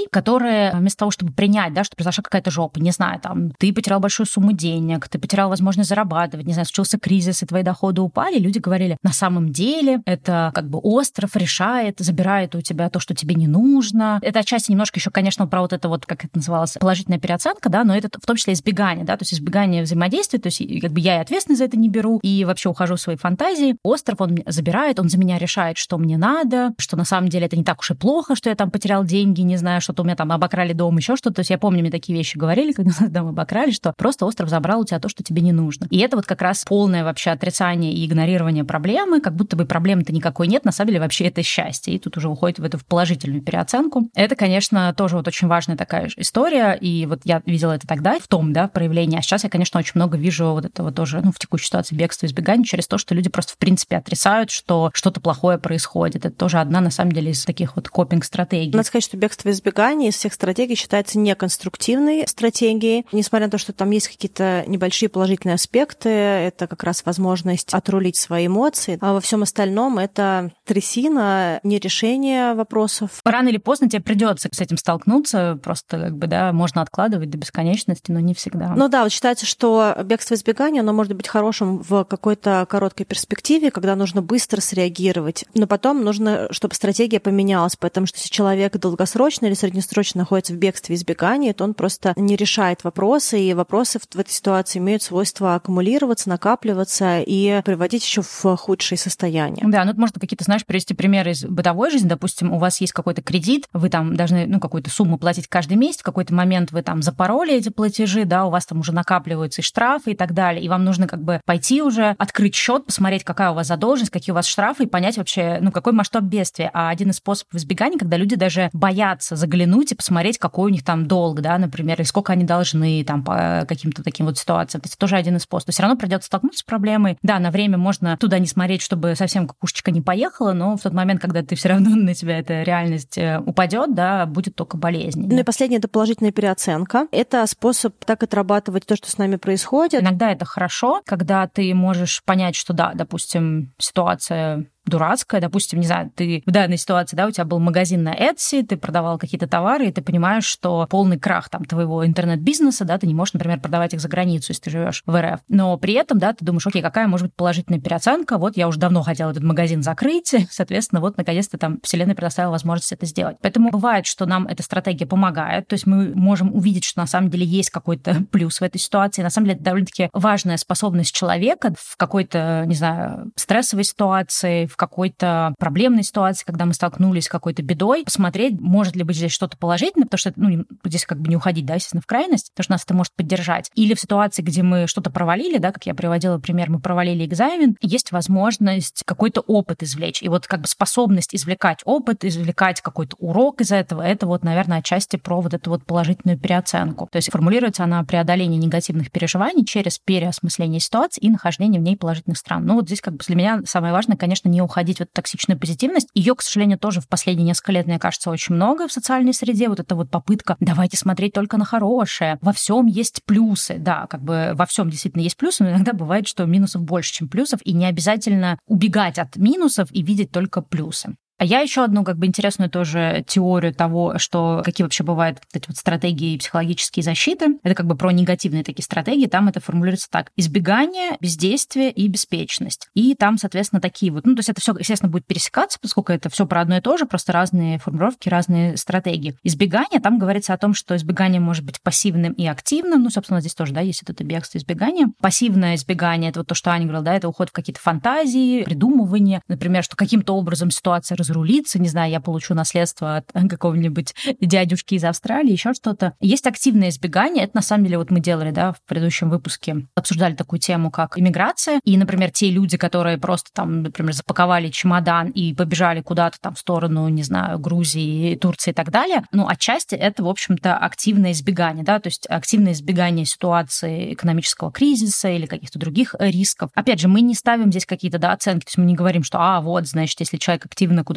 которые вместо того, чтобы принять, да, что произошла какая-то жопа, не знаю, там, ты потерял большую сумму денег, ты потерял возможность зарабатывать, не знаю, случился кризис, и твои доходы упали, люди говорили, на самом деле это как бы остров решает, забирает у тебя то, что тебе не нужно. Это отчасти немножко еще, конечно, про вот это вот, как это называлось, положительная переоценка, да, но это в том числе избегание, да, то есть избегание взаимодействия, то есть как бы я и ответственность за это не беру, и вообще ухожу в свои фантазии. Остров, он забирает, он за меня решает, что мне надо, что на самом деле это не так уж и плохо, что я там потерял деньги, не знаю, что-то у меня там обокрали дом, еще что-то. То есть я помню, мне такие вещи говорили, когда нас дом обокрали, что просто остров забрал у тебя то, что тебе не нужно. И это вот как раз полное вообще отрицание и игнорирование проблемы, как будто бы проблемы-то никакой нет, на самом деле вообще это счастье. И тут уже уходит в эту в положительную переоценку. Это, конечно, тоже вот очень важная такая история, и вот я видела это тогда в том, да, проявлении, а сейчас я, конечно, очень много вижу вот этого тоже, ну, в текущей ситуации бегства, избегания через то, что люди просто в принципе отрицают, что что-то плохое происходит. Это тоже одна, на самом деле, из таких вот копинг-стратегий. Надо сказать, что бегство и избегание из всех стратегий считается неконструктивной стратегией. Несмотря на то, что там есть какие-то небольшие положительные аспекты, это как раз возможность отрулить свои эмоции, а во всем остальном это трясина, не решение вопросов. Рано или поздно тебе придется с этим столкнуться, просто как бы, да, можно откладывать до бесконечности, но не всегда. Ну да, вот считается, что бегство и избегание, оно может быть хорошим в какой-то короткой перспективе, когда нужно быстро среагировать, но потом нужно, чтобы стратегия поменялась, потому что если человек долгосрочно или среднесрочно находится в бегстве и избегании, то он просто не решает вопросы, и вопросы в этой ситуации имеют свойство аккумулироваться, накапливаться и приводить еще в худшее состояние. Да, ну это можно какие-то, знаешь, привести примеры из бытовой жизни. Допустим, у вас есть какой-то кредит, вы там должны, ну, какую-то сумму платить каждый месяц, в какой-то момент вы там запороли эти платежи, да, у вас там уже накапливаются и штрафы и так далее, и вам нужно как бы пойти уже, открыть счет, посмотреть, какая у вас задолженность, какие у вас штрафы, и понять вообще, ну, какой масштаб бедствия. А один из способов избегания, когда люди даже боятся заглянуть и посмотреть, какой у них там долг, да, например, или сколько они должны там по каким-то таким вот ситуациям. Это тоже один из способов. Все равно придется столкнуться с проблемой. Да, на время можно туда не смотреть, чтобы совсем кукушечка не поехала, но в тот момент, когда ты все равно на тебя эта реальность упадет, да, будет только болезнь. Ну и последнее — это положительная переоценка. Это способ так отрабатывать то, что с нами происходит. Иногда это хорошо, когда ты можешь понять, что да, допустим, ситуация дурацкая, допустим, не знаю, ты в данной ситуации, да, у тебя был магазин на Etsy, ты продавал какие-то товары, и ты понимаешь, что полный крах там твоего интернет-бизнеса, да, ты не можешь, например, продавать их за границу, если ты живешь в эр эф. Но при этом, да, ты думаешь, окей, какая может быть положительная переоценка? Вот я уже давно хотела этот магазин закрыть, соответственно, вот наконец-то там вселенная предоставила возможность это сделать. Поэтому бывает, что нам эта стратегия помогает, то есть мы можем увидеть, что на самом деле есть какой-то плюс в этой ситуации. На самом деле это довольно-таки важная способность человека в какой-то, не знаю, стрессовой ситуации, в какой-то проблемной ситуации, когда мы столкнулись с какой-то бедой, посмотреть, может ли быть здесь что-то положительное, потому что, ну, здесь как бы не уходить, да, естественно, в крайность, потому что нас это может поддержать. Или в ситуации, где мы что-то провалили, да, как я приводила пример, мы провалили экзамен, есть возможность какой-то опыт извлечь. И вот как бы способность извлекать опыт, извлекать какой-то урок из этого, это вот, наверное, отчасти про вот эту вот положительную переоценку. То есть формулируется она преодоление негативных переживаний через переосмысление ситуации и нахождение в ней положительных сторон. Ну, вот здесь как бы для меня самое важное, конечно, не уходить в эту токсичную позитивность. Ее, к сожалению, тоже в последние несколько лет, мне кажется, очень много в социальной среде. Вот эта вот попытка давайте смотреть только на хорошее. Во всем есть плюсы. Да, как бы во всем действительно есть плюсы, но иногда бывает, что минусов больше, чем плюсов, и не обязательно убегать от минусов и видеть только плюсы. А я еще одну как бы интересную тоже теорию того, что какие вообще бывают вот эти вот стратегии психологические защиты. Это как бы про негативные такие стратегии. Там это формулируется так: избегание, бездействие и беспечность. И там, соответственно, такие вот, ну, то есть это все, естественно, будет пересекаться, поскольку это все про одно и то же, просто разные формулировки, разные стратегии. Избегание, там говорится о том, что избегание может быть пассивным и активным. Ну, собственно, здесь тоже, да, есть это бегство, избегание. Пассивное избегание — это вот то, что Аня говорила, да, это уход в какие-то фантазии, придумывание. Например, что каким-то образом ситуация разрулиться, не знаю, я получу наследство от какого-нибудь дядюшки из Австралии, еще что-то. Есть активное избегание, это на самом деле вот мы делали, да, в предыдущем выпуске, обсуждали такую тему, как иммиграция, и, например, те люди, которые просто там, например, запаковали чемодан и побежали куда-то там в сторону, не знаю, Грузии, Турции и так далее, ну, отчасти это, в общем-то, активное избегание, да, то есть активное избегание ситуации экономического кризиса или каких-то других рисков. Опять же, мы не ставим здесь какие-то, да, оценки, то есть мы не говорим, что, а, вот, значит, если человек активно куда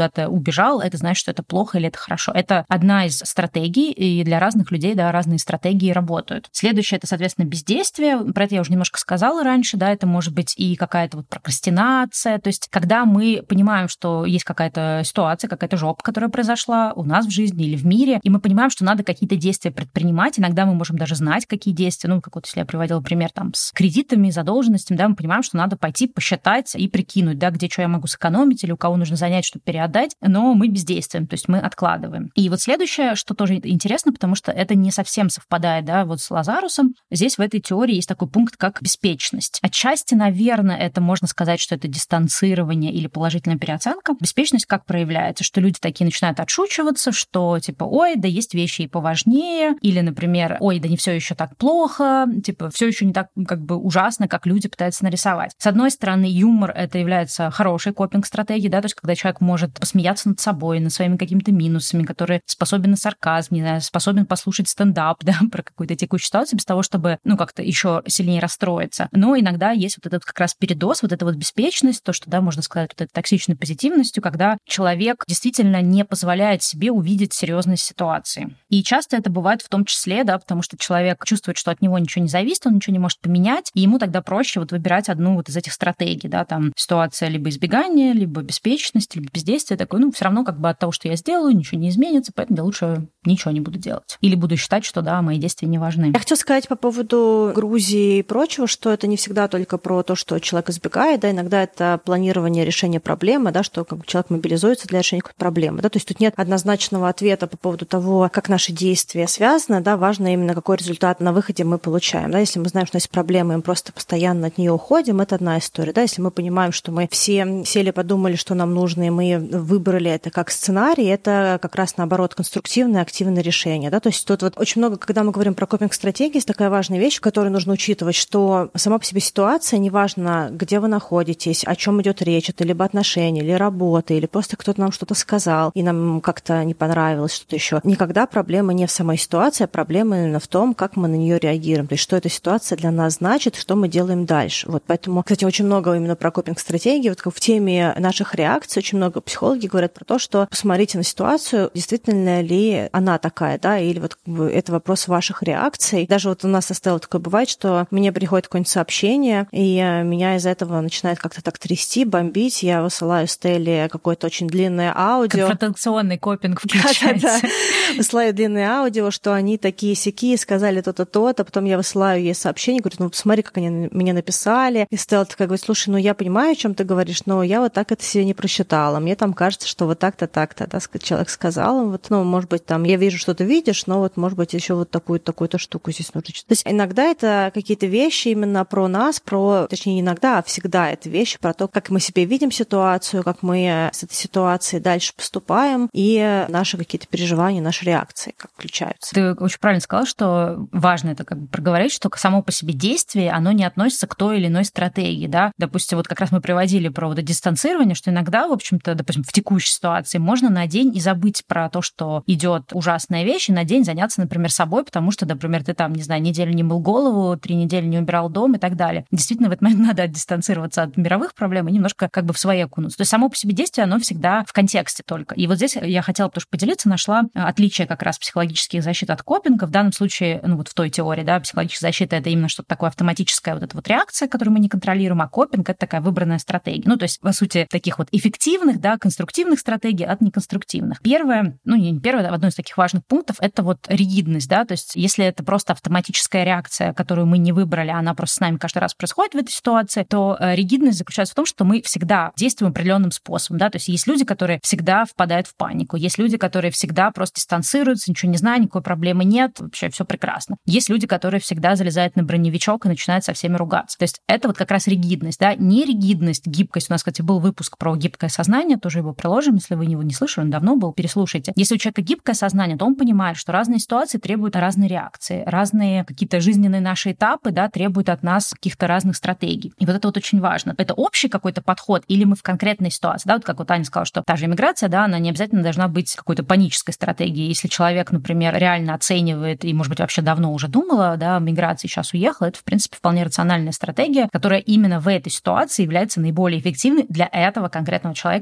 куда-то убежал, это значит, что это плохо или это хорошо. Это одна из стратегий, и для разных людей, да, разные стратегии работают. Следующее — это, соответственно, бездействие. Про это я уже немножко сказала раньше, да, это может быть и какая-то вот прокрастинация, то есть когда мы понимаем, что есть какая-то ситуация, какая-то жопа, которая произошла у нас в жизни или в мире, и мы понимаем, что надо какие-то действия предпринимать, иногда мы можем даже знать, какие действия, ну, как вот если я приводила пример там с кредитами, задолженностями, да, мы понимаем, что надо пойти посчитать и прикинуть, да, где что я могу сэкономить или у кого нужно занять, чтобы переотдать, но мы бездействуем, то есть мы откладываем. И вот следующее, что тоже интересно, потому что это не совсем совпадает, да, вот с Лазарусом, здесь в этой теории есть такой пункт, как беспечность. Отчасти, наверное, это можно сказать, что это дистанцирование или положительная переоценка. Беспечность как проявляется? Что люди такие начинают отшучиваться, что типа, ой, да есть вещи и поважнее, или, например, ой, да не все еще так плохо, типа, все еще не так как бы ужасно, как люди пытаются нарисовать. С одной стороны, юмор — это является хорошей копинг-стратегией, да, то есть когда человек может посмеяться над собой, над своими какими-то минусами, который способен на сарказм, не знаю, способен послушать стендап, да, про какую-то текущую ситуацию без того, чтобы, ну, как-то еще сильнее расстроиться. Но иногда есть вот этот как раз передоз, вот эта вот беспечность, то, что, да, можно сказать, вот этой токсичной позитивностью, когда человек действительно не позволяет себе увидеть серьезность ситуации. И часто это бывает в том числе, да, потому что человек чувствует, что от него ничего не зависит, он ничего не может поменять, и ему тогда проще вот выбирать одну вот из этих стратегий, да, там ситуация либо избегания, либо беспечность, либо бездействие, такой, ну, все равно как бы от того, что я сделаю, ничего не изменится, поэтому я лучше ничего не буду делать. Или буду считать, что, да, мои действия не важны. Я хочу сказать по поводу Грузии и прочего, что это не всегда только про то, что человек избегает, да, иногда это планирование решения проблемы, да, что как бы человек мобилизуется для решения какой-то проблемы, да, то есть тут нет однозначного ответа по поводу того, как наши действия связаны, да, важно именно какой результат на выходе мы получаем, да, если мы знаем, что у нас есть проблема, и мы просто постоянно от нее уходим, это одна история, да, если мы понимаем, что мы все сели, подумали, что нам нужно, и мы выбрали это как сценарий, это как раз наоборот конструктивное, активное решение, да, то есть тут вот очень много, когда мы говорим про копинг-стратегии, есть такая важная вещь, которую нужно учитывать, что сама по себе ситуация, неважно, где вы находитесь, о чем идет речь, это либо отношения, или работа, или просто кто-то нам что-то сказал, и нам как-то не понравилось что-то еще. Никогда проблема не в самой ситуации, а проблема именно в том, как мы на нее реагируем, то есть что эта ситуация для нас значит, что мы делаем дальше. Вот поэтому, кстати, очень много именно про копинг-стратегии, вот в теме наших реакций очень много психологи говорят про то, что посмотрите на ситуацию, действительно ли она такая, да, или вот как бы, это вопрос ваших реакций. Даже вот у нас со Стеллой такое бывает, что мне приходит какое-нибудь сообщение, и меня из-за этого начинает как-то так трясти, бомбить, я высылаю Стелле какое-то очень длинное аудио. Конфронтационный копинг включается. Да-да-да. Высылаю длинное аудио, что они такие-сякие, сказали то-то, то-то, потом я высылаю ей сообщение, говорю, ну, посмотри, как они меня написали. И Стелла такая говорит, слушай, ну, я понимаю, о чем ты говоришь, но я вот так это себе не просчитала. Мне там кажется, что вот так-то, так-то, да, человек сказал, вот, ну, может быть, там, я вижу, что ты видишь, но вот, может быть, еще вот такую-то, такую-то штуку здесь нужно. То есть иногда это какие-то вещи именно про нас, про, точнее, не иногда, а всегда это вещи про то, как мы себе видим ситуацию, как мы с этой ситуацией дальше поступаем, и наши какие-то переживания, наши реакции, как включаются. Ты очень правильно сказала, что важно это как бы проговорить, что само по себе действие, оно не относится к той или иной стратегии, да. Допустим, вот как раз мы приводили про вот это дистанцирование, что иногда, в общем-то, допустим, в текущей ситуации можно на день и забыть про то, что идет ужасная вещь, и на день заняться, например, собой, потому что, например, ты там, не знаю, неделю не мыл голову, три недели не убирал дом и так далее. Действительно, в этот момент надо дистанцироваться от мировых проблем и немножко как бы в свои окунуться. То есть само по себе действие, оно всегда в контексте только. И вот здесь я хотела тоже поделиться, нашла отличие как раз психологических защит от копинга. В данном случае, ну вот в той теории, да, психологическая защита — это именно что-то такое автоматическая вот эта вот реакция, которую мы не контролируем, а копинг — это такая выбранная стратегия. Ну, то есть, по сути, таких вот эффективных, да, конструктивных стратегий от неконструктивных. Первое, ну, не первое, а одно из таких важных пунктов — это вот ригидность, да, то есть если это просто автоматическая реакция, которую мы не выбрали, она просто с нами каждый раз происходит в этой ситуации, то ригидность заключается в том, что мы всегда действуем определенным способом, да, то есть есть люди, которые всегда впадают в панику, есть люди, которые всегда просто дистанцируются, ничего не знают, никакой проблемы нет, вообще все прекрасно. Есть люди, которые всегда залезают на броневичок и начинают со всеми ругаться. То есть это вот как раз ригидность, да, не ригидность, гибкость. У нас, кстати, был выпуск про гибкое сознание, тоже его приложим, если вы его не слышали, он давно был, переслушайте. Если у человека гибкое сознание, то он понимает, что разные ситуации требуют разной реакции, разные какие-то жизненные наши этапы, да, требуют от нас каких-то разных стратегий. И вот это вот очень важно. Это общий какой-то подход или мы в конкретной ситуации, да, вот как вот Аня сказала, что та же иммиграция, да, она не обязательно должна быть какой-то панической стратегией. Если человек, например, реально оценивает и, может быть, вообще давно уже думала, да, о миграции, сейчас уехала, это, в принципе, вполне рациональная стратегия, которая именно в этой ситуации является наиболее эффективной для этого конкретного человека и его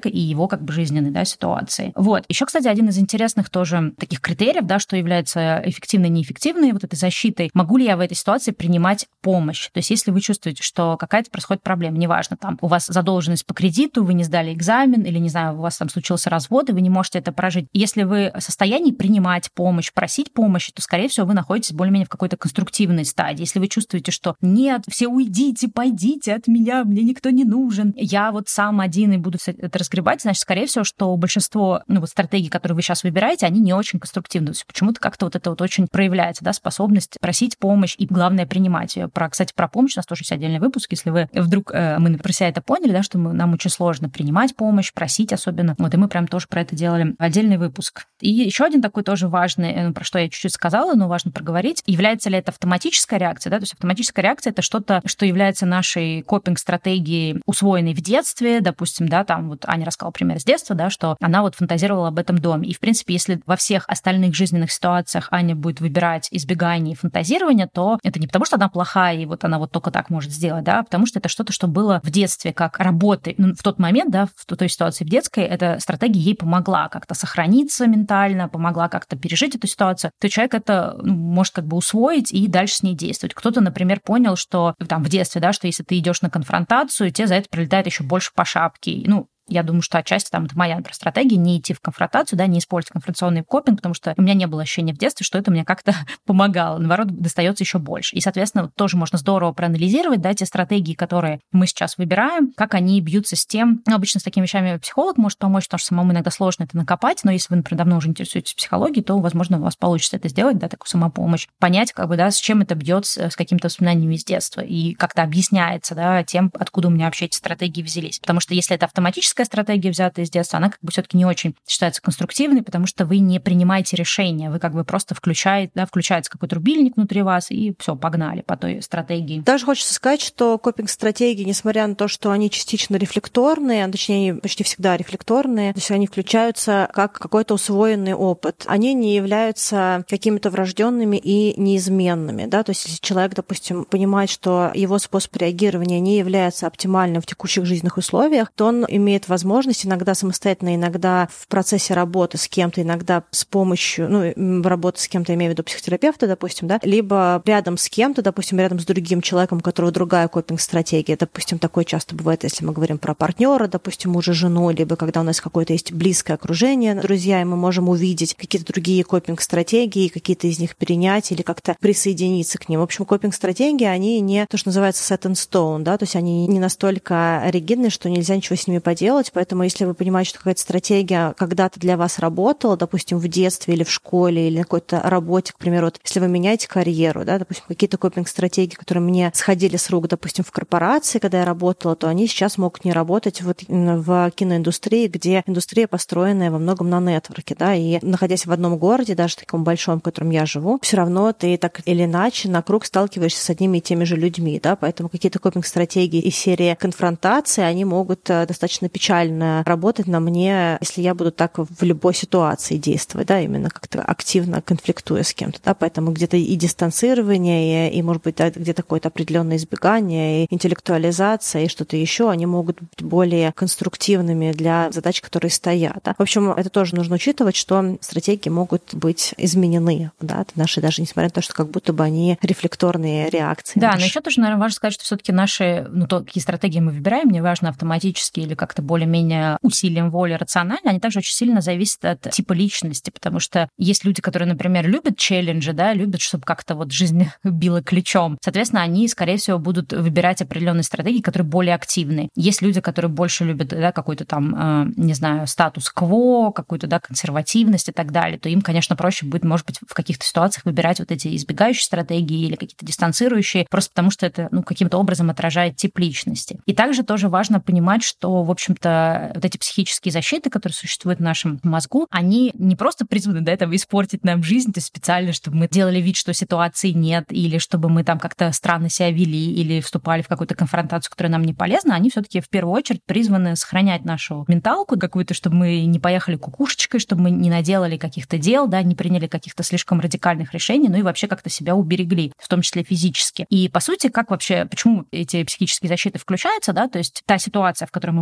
как бы жизненной, да, ситуации. Вот. Еще, кстати, один из интересных тоже таких критериев, да, что является эффективной и неэффективной вот этой защитой. Могу ли я в этой ситуации принимать помощь? То есть если вы чувствуете, что какая-то происходит проблема, неважно, там у вас задолженность по кредиту, вы не сдали экзамен, или, не знаю, у вас там случился развод, и вы не можете это прожить. Если вы в состоянии принимать помощь, просить помощи, то, скорее всего, вы находитесь более-менее в какой-то конструктивной стадии. Если вы чувствуете, что нет, все уйдите, пойдите от меня, мне никто не нужен, я вот сам один и буду это разгребать, значит, скорее всего, что большинство, ну, вот стратегий, которые вы сейчас выбираете, они не очень конструктивны. То есть почему-то как-то вот это вот очень проявляется, да, способность просить помощь и, главное, принимать ее. Про, кстати, про помощь у нас тоже есть отдельный выпуск. Если вы вдруг, э, мы про себя это поняли, да, что мы, нам очень сложно принимать помощь, просить особенно. Вот, и мы прям тоже про это делали отдельный выпуск. И еще один такой тоже важный, ну, про что я чуть-чуть сказала, но важно проговорить. Является ли это автоматическая реакция, да? То есть автоматическая реакция — это что-то, что является нашей копинг-стратегией, усвоенной в детстве, допустим, да, там вот Аня рассказала пример с детства, да, что она вот фантазировала об этом доме. И, в принципе, если во всех остальных жизненных ситуациях Аня будет выбирать избегание и фантазирование, то это не потому, что она плохая, и вот она вот только так может сделать, да, а потому что это что-то, что было в детстве как работы. Ну, в тот момент, да, в той ситуации в детской, эта стратегия ей помогла как-то сохраниться ментально, помогла как-то пережить эту ситуацию, то человек это, ну, может как бы усвоить и дальше с ней действовать. Кто-то, например, понял, что там в детстве, да, что если ты идешь на конфронтацию, тебе за это прилетает еще больше по шапке. Ну, я думаю, что отчасти там это моя, например, стратегия, не идти в конфронтацию, да, не использовать конфронтационный копинг, потому что у меня не было ощущения в детстве, что это мне как-то помогало. Наоборот, достается еще больше. И, соответственно, вот тоже можно здорово проанализировать, да, те стратегии, которые мы сейчас выбираем, как они бьются с тем. Ну, обычно с такими вещами психолог может помочь, потому что самому иногда сложно это накопать, но если вы, например, давно уже интересуетесь психологией, то, возможно, у вас получится это сделать, да, такую самопомощь, понять, как бы, да, с чем это бьется, с какими-то воспоминаниями из детства, и как-то объясняется, да, тем, откуда у меня вообще эти стратегии взялись. Потому что если это автоматическая стратегия, взятая из детства, она как бы все-таки не очень считается конструктивной, потому что вы не принимаете решения, вы как бы просто включаете, да, включается какой-то рубильник внутри вас, и все, погнали по той стратегии. Даже хочется сказать, что копинг-стратегии, несмотря на то, что они частично рефлекторные, а точнее, почти всегда рефлекторные, то есть они включаются как какой-то усвоенный опыт. Они не являются какими-то врожденными и неизменными, да, то есть если человек, допустим, понимает, что его способ реагирования не является оптимальным в текущих жизненных условиях, то он имеет возможность иногда самостоятельно, иногда в процессе работы с кем-то, иногда с помощью, ну, работы с кем-то, имею в виду психотерапевта, допустим, да, либо рядом с кем-то, допустим, рядом с другим человеком, у которого другая копинг-стратегия. Допустим, такое часто бывает, если мы говорим про партнера, допустим, мужа, жену, либо когда у нас какое-то есть близкое окружение, друзья, и мы можем увидеть какие-то другие копинг-стратегии, какие-то из них перенять или как-то присоединиться к ним. В общем, копинг-стратегии, они не то, что называется set in stone, да, то есть они не настолько ригидны, что нельзя ничего с ними поделать, поэтому если вы понимаете, что какая-то стратегия когда-то для вас работала, допустим, в детстве или в школе, или на какой-то работе, к примеру, вот, если вы меняете карьеру, да, допустим, какие-то копинг-стратегии, которые мне сходили с рук, допустим, в корпорации, когда я работала, то они сейчас могут не работать вот в киноиндустрии, где индустрия построенная во многом на нетворке, да, и находясь в одном городе, даже таком большом, в котором я живу, все равно ты так или иначе на круг сталкиваешься с одними и теми же людьми, да, поэтому какие-то копинг-стратегии из серии конфронтации, они могут достаточно печально работать на мне, если я буду так в любой ситуации действовать, да, именно как-то активно конфликтуя с кем-то, да, поэтому где-то и дистанцирование, и, и может быть, да, где-то какое-то определенное избегание, и интеллектуализация, и что-то еще, они могут быть более конструктивными для задач, которые стоят, да. В общем, это тоже нужно учитывать, что стратегии могут быть изменены, да, наши, даже несмотря на то, что как будто бы они рефлекторные реакции. Да, наши. Но еще тоже, наверное, важно сказать, что все-таки наши, ну, то, какие стратегии мы выбираем, неважно, автоматически или как-то более-менее усилием воли рационально, они также очень сильно зависят от типа личности, потому что есть люди, которые, например, любят челленджи, да, любят, чтобы как-то вот жизнь била ключом. Соответственно, они, скорее всего, будут выбирать определенные стратегии, которые более активны. Есть люди, которые больше любят, да, какой-то там, э, не знаю, статус-кво, какую-то, да, консервативность и так далее, то им, конечно, проще будет, может быть, в каких-то ситуациях выбирать вот эти избегающие стратегии или какие-то дистанцирующие, просто потому что это, ну, каким-то образом отражает тип личности. И также тоже важно понимать, что, в общем-то, вот эти психические защиты, которые существуют в нашем мозгу, они не просто призваны до этого испортить нам жизнь, то есть специально, чтобы мы делали вид, что ситуации нет, или чтобы мы там как-то странно себя вели, или вступали в какую-то конфронтацию, которая нам не полезна, они все-таки в первую очередь призваны сохранять нашу менталку какую-то, чтобы мы не поехали кукушечкой, чтобы мы не наделали каких-то дел, да, не приняли каких-то слишком радикальных решений, ну и вообще как-то себя уберегли, в том числе физически. И, по сути, как вообще, почему эти психические защиты включаются, да, то есть та ситуация, в которую мы попадаем,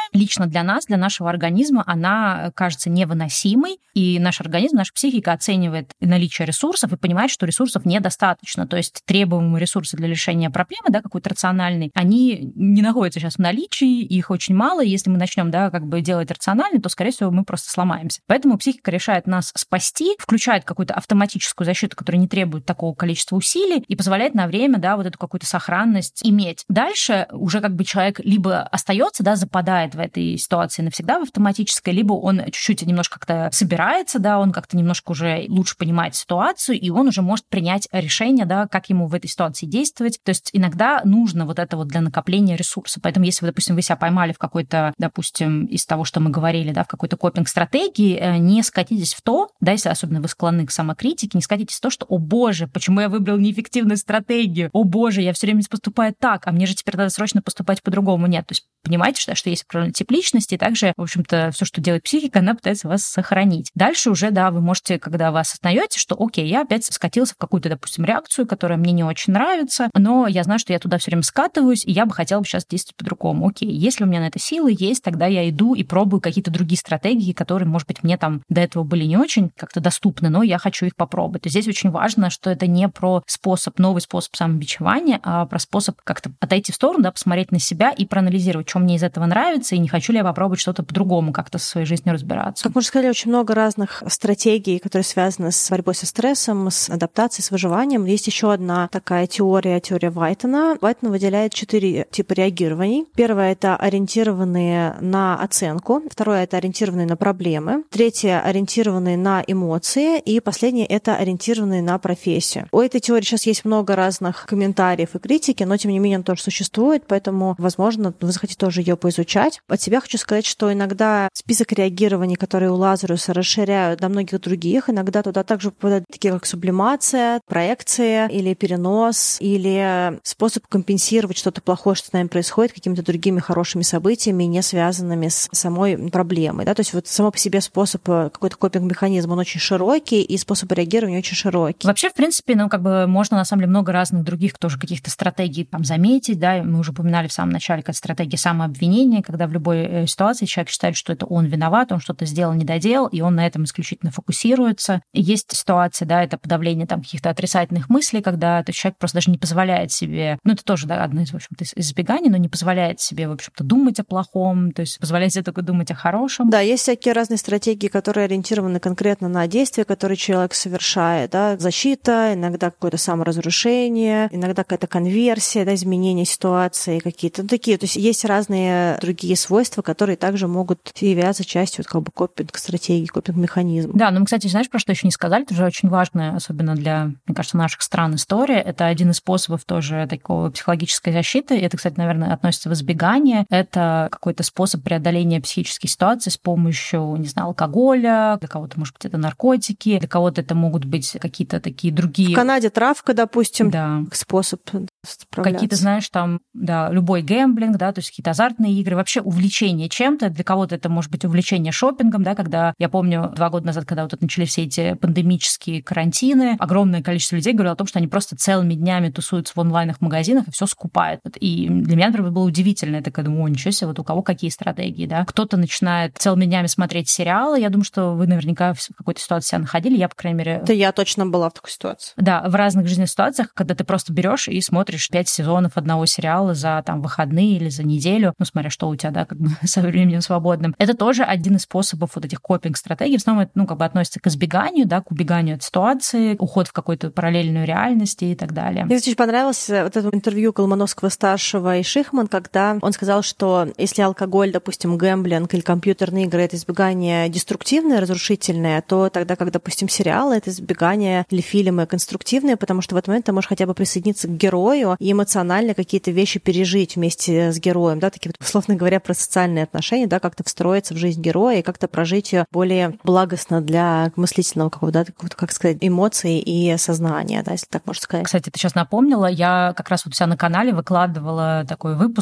лично для нас, для нашего организма, она кажется невыносимой, и наш организм, наша психика оценивает наличие ресурсов и понимает, что ресурсов недостаточно. То есть требуемые ресурсы для решения проблемы, да, какой-то рациональной, они не находятся сейчас в наличии, их очень мало, и если мы начнем, да, как бы делать рационально, то, скорее всего, мы просто сломаемся. Поэтому психика решает нас спасти, включает какую-то автоматическую защиту, которая не требует такого количества усилий и позволяет на время, да, вот эту какую-то сохранность иметь. Дальше уже как бы человек либо остается, да, западает в этой ситуации навсегда в автоматической, либо он чуть-чуть немножко как-то собирается, да, он как-то немножко уже лучше понимает ситуацию, и он уже может принять решение, да, как ему в этой ситуации действовать. То есть иногда нужно вот это вот для накопления ресурса. Поэтому если, вы, допустим, вы себя поймали в какой-то, допустим, из того, что мы говорили, да, в какой-то копинг-стратегии, не скатитесь в то, да, если особенно вы склонны к самокритике, не скатитесь в то, что, о боже, почему я выбрал неэффективную стратегию? О боже, я все время поступаю так, а мне же теперь надо срочно поступать по-другому. Нет, то есть понимаете, что, что есть определенный тип личности, и также, в общем-то, все, что делает психика, она пытается вас сохранить. Дальше уже, да, вы можете, когда вы осознаете, что, окей, я опять скатился в какую-то, допустим, реакцию, которая мне не очень нравится, но я знаю, что я туда все время скатываюсь, и я бы хотела бы сейчас действовать по-другому. Окей, если у меня на это силы есть, тогда я иду и пробую какие-то другие стратегии, которые, может быть, мне там до этого были не очень как-то доступны, но я хочу их попробовать. И здесь очень важно, что это не про способ, новый способ самобичевания, а про способ как-то отойти в сторону, да, посмотреть на себя и проанализировать, что мне из этого нравится, и не хочу ли я попробовать что-то по-другому, как-то со своей жизнью разбираться. Как мы уже сказали, очень много разных стратегий, которые связаны с борьбой со стрессом, с адаптацией, с выживанием. Есть еще одна такая теория, теория Вайтона. Вайтон выделяет четыре типа реагирований. Первое — это ориентированные на оценку. Второе — это ориентированные на проблемы. Третье — ориентированные на эмоции. И последнее — это ориентированные на профессию. У этой теории сейчас есть много разных комментариев и критики, но тем не менее он тоже существует, поэтому, возможно, вы захотите тоже ее поизучать. От себя хочу сказать, что иногда список реагирований, которые у Лазаруса, расширяют до многих других. Иногда туда также попадают такие, как сублимация, проекция или перенос, или способ компенсировать что-то плохое, что с нами происходит, какими-то другими хорошими событиями, не связанными с самой проблемой. Да? То есть вот само по себе способ, какой-то копинг-механизм, он очень широкий, и способ реагирования очень широкий. Вообще, в принципе, ну, как бы можно, на самом деле, много разных других тоже каких-то стратегий там заметить, да, мы уже упоминали в самом начале, как стратегия самообвинения, когда в любой ситуации человек считает, что это он виноват, он что-то сделал, не доделал, и он на этом исключительно фокусируется. И есть ситуация, да, это подавление там каких-то отрицательных мыслей, когда то человек просто даже не позволяет себе, ну, это тоже, да, одно из, в общем-то, избеганий, но не позволяет себе, в общем-то, думать о плохом, то есть позволяет себе только думать о хорошем. Да, есть всякие разные стратегии, которые ориентированы конкретно на действия, которые человек совершает, да, защита, иногда какое-то саморазрушение, иногда какая-то конверсия, да, изменение ситуации какие-то, ну, такие, то есть есть разные другие свойства, которые также могут являться частью вот, как бы копинг-стратегии, копинг-механизма. Да, но мы, кстати, знаешь, про что еще не сказали, это же очень важно, особенно для, мне кажется, наших стран история, это один из способов тоже такого психологической защиты, это, кстати, наверное, относится в избегание, это какой-то способ преодоления психических ситуаций с помощью, не знаю, алкоголя, для кого-то, может быть, это наркотики, для кого-то это могут быть какие-то такие другие... В Канаде травка, допустим, да. способ справляться. Какие-то, знаешь, там, да, любой гэмблинг, да, то есть какие-то азартные игры, вообще увлечение чем-то, для кого-то это может быть увлечение шопингом, да, когда, я помню, два года назад, когда вот тут начали все эти пандемические карантины, огромное количество людей говорило о том, что они просто целыми днями тусуются в онлайнных магазинах и все скупают. И для меня, например, было удивительно, я такая думаю, о, ничего себе, вот у кого какие стратегии, да. Кто-то начинает целыми днями смотреть сериалы, я думаю, что вы наверняка в какой-то ситуации себя находили, я, по крайней мере... Да, я точно была в такой ситуации. Да, в разных жизненных ситуациях, когда ты просто берешь и смотришь пять сезонов одного сериала за там выходные или за неделю, ну, смотря что у тебя, да, как бы со временем свободным. Это тоже один из способов вот этих копинг-стратегий. В основном это, ну, как бы относится к избеганию, да, к убеганию от ситуации, уход в какую-то параллельную реальность и так далее. Мне, кстати, очень понравилось вот это интервью Колмановского-старшего и Шихман, когда он сказал, что если алкоголь, допустим, гэмблинг или компьютерные игры — это избегание деструктивное, разрушительное, то тогда, как, допустим, сериалы — это избегание или фильмы конструктивные, потому что в этот момент ты можешь хотя бы присоединиться к герою и эмоционально какие-то вещи пережить вместе с героем, да, такие вот, условно говоря, про социальные отношения, да, как-то встроиться в жизнь героя и как-то прожить ее более благостно для мыслительного какого-то, да, как сказать, эмоций и сознания, да, если так можно сказать. Кстати, ты сейчас напомнила, я как раз вот у себя на канале выкладывала такой выпуск,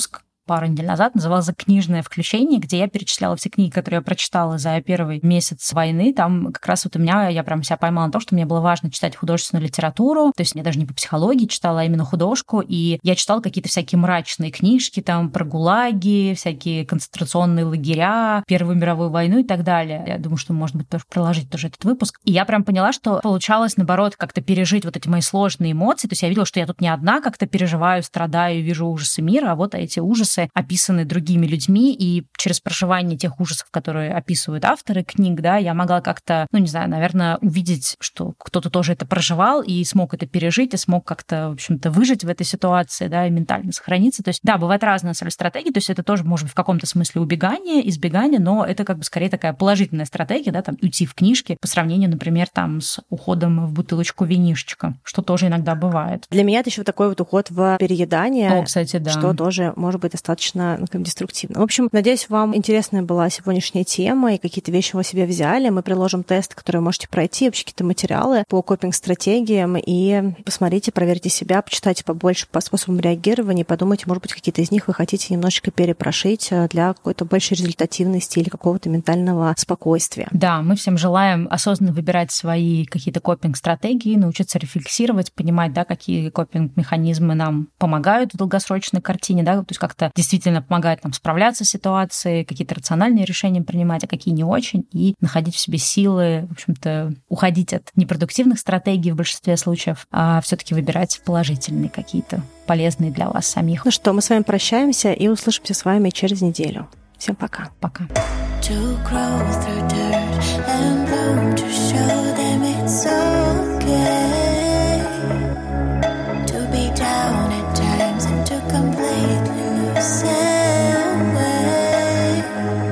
пару недель назад, назывался «Книжное включение», где я перечисляла все книги, которые я прочитала за первый месяц войны. Там как раз вот у меня, я прям себя поймала на то, что мне было важно читать художественную литературу, то есть я даже не по психологии читала, а именно художку, и я читала какие-то всякие мрачные книжки, там про ГУЛАГи, всякие концентрационные лагеря, Первую мировую войну и так далее. Я думаю, что, может быть, тоже проложить тоже этот выпуск. И я прям поняла, что получалось, наоборот, как-то пережить вот эти мои сложные эмоции. То есть я видела, что я тут не одна как-то переживаю, страдаю, вижу ужасы мира, а вот эти ужасы описаны другими людьми, и через проживание тех ужасов, которые описывают авторы книг, да, я могла как-то, ну, не знаю, наверное, увидеть, что кто-то тоже это проживал и смог это пережить, и смог как-то, в общем-то, выжить в этой ситуации, да, и ментально сохраниться. То есть, да, бывает разная стратегия, то есть это тоже может быть в каком-то смысле убегание, избегание, но это как бы скорее такая положительная стратегия, да, там, уйти в книжки по сравнению, например, там, с уходом в бутылочку винишечка, что тоже иногда бывает. Для меня это еще такой вот уход в переедание, О, кстати, да. Что тоже может быть достаточно, ну, как бы деструктивно. В общем, надеюсь, вам интересная была сегодняшняя тема, и какие-то вещи вы себе взяли. Мы приложим тест, который вы можете пройти, вообще какие-то материалы по копинг-стратегиям, и посмотрите, проверьте себя, почитайте побольше по способам реагирования, и подумайте, может быть, какие-то из них вы хотите немножечко перепрошить для какой-то большей результативности или какого-то ментального спокойствия. Да, мы всем желаем осознанно выбирать свои какие-то копинг-стратегии, научиться рефлексировать, понимать, да, какие копинг-механизмы нам помогают в долгосрочной картине, да, то есть как-то действительно помогают нам справляться с ситуацией, какие-то рациональные решения принимать, а какие не очень, и находить в себе силы, в общем-то, уходить от непродуктивных стратегий в большинстве случаев, а все-таки выбирать положительные какие-то, полезные для вас самих. Ну что, мы с вами прощаемся и услышимся с вами через неделю. Всем пока. Пока.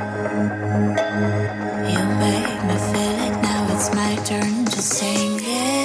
Turn to sing it.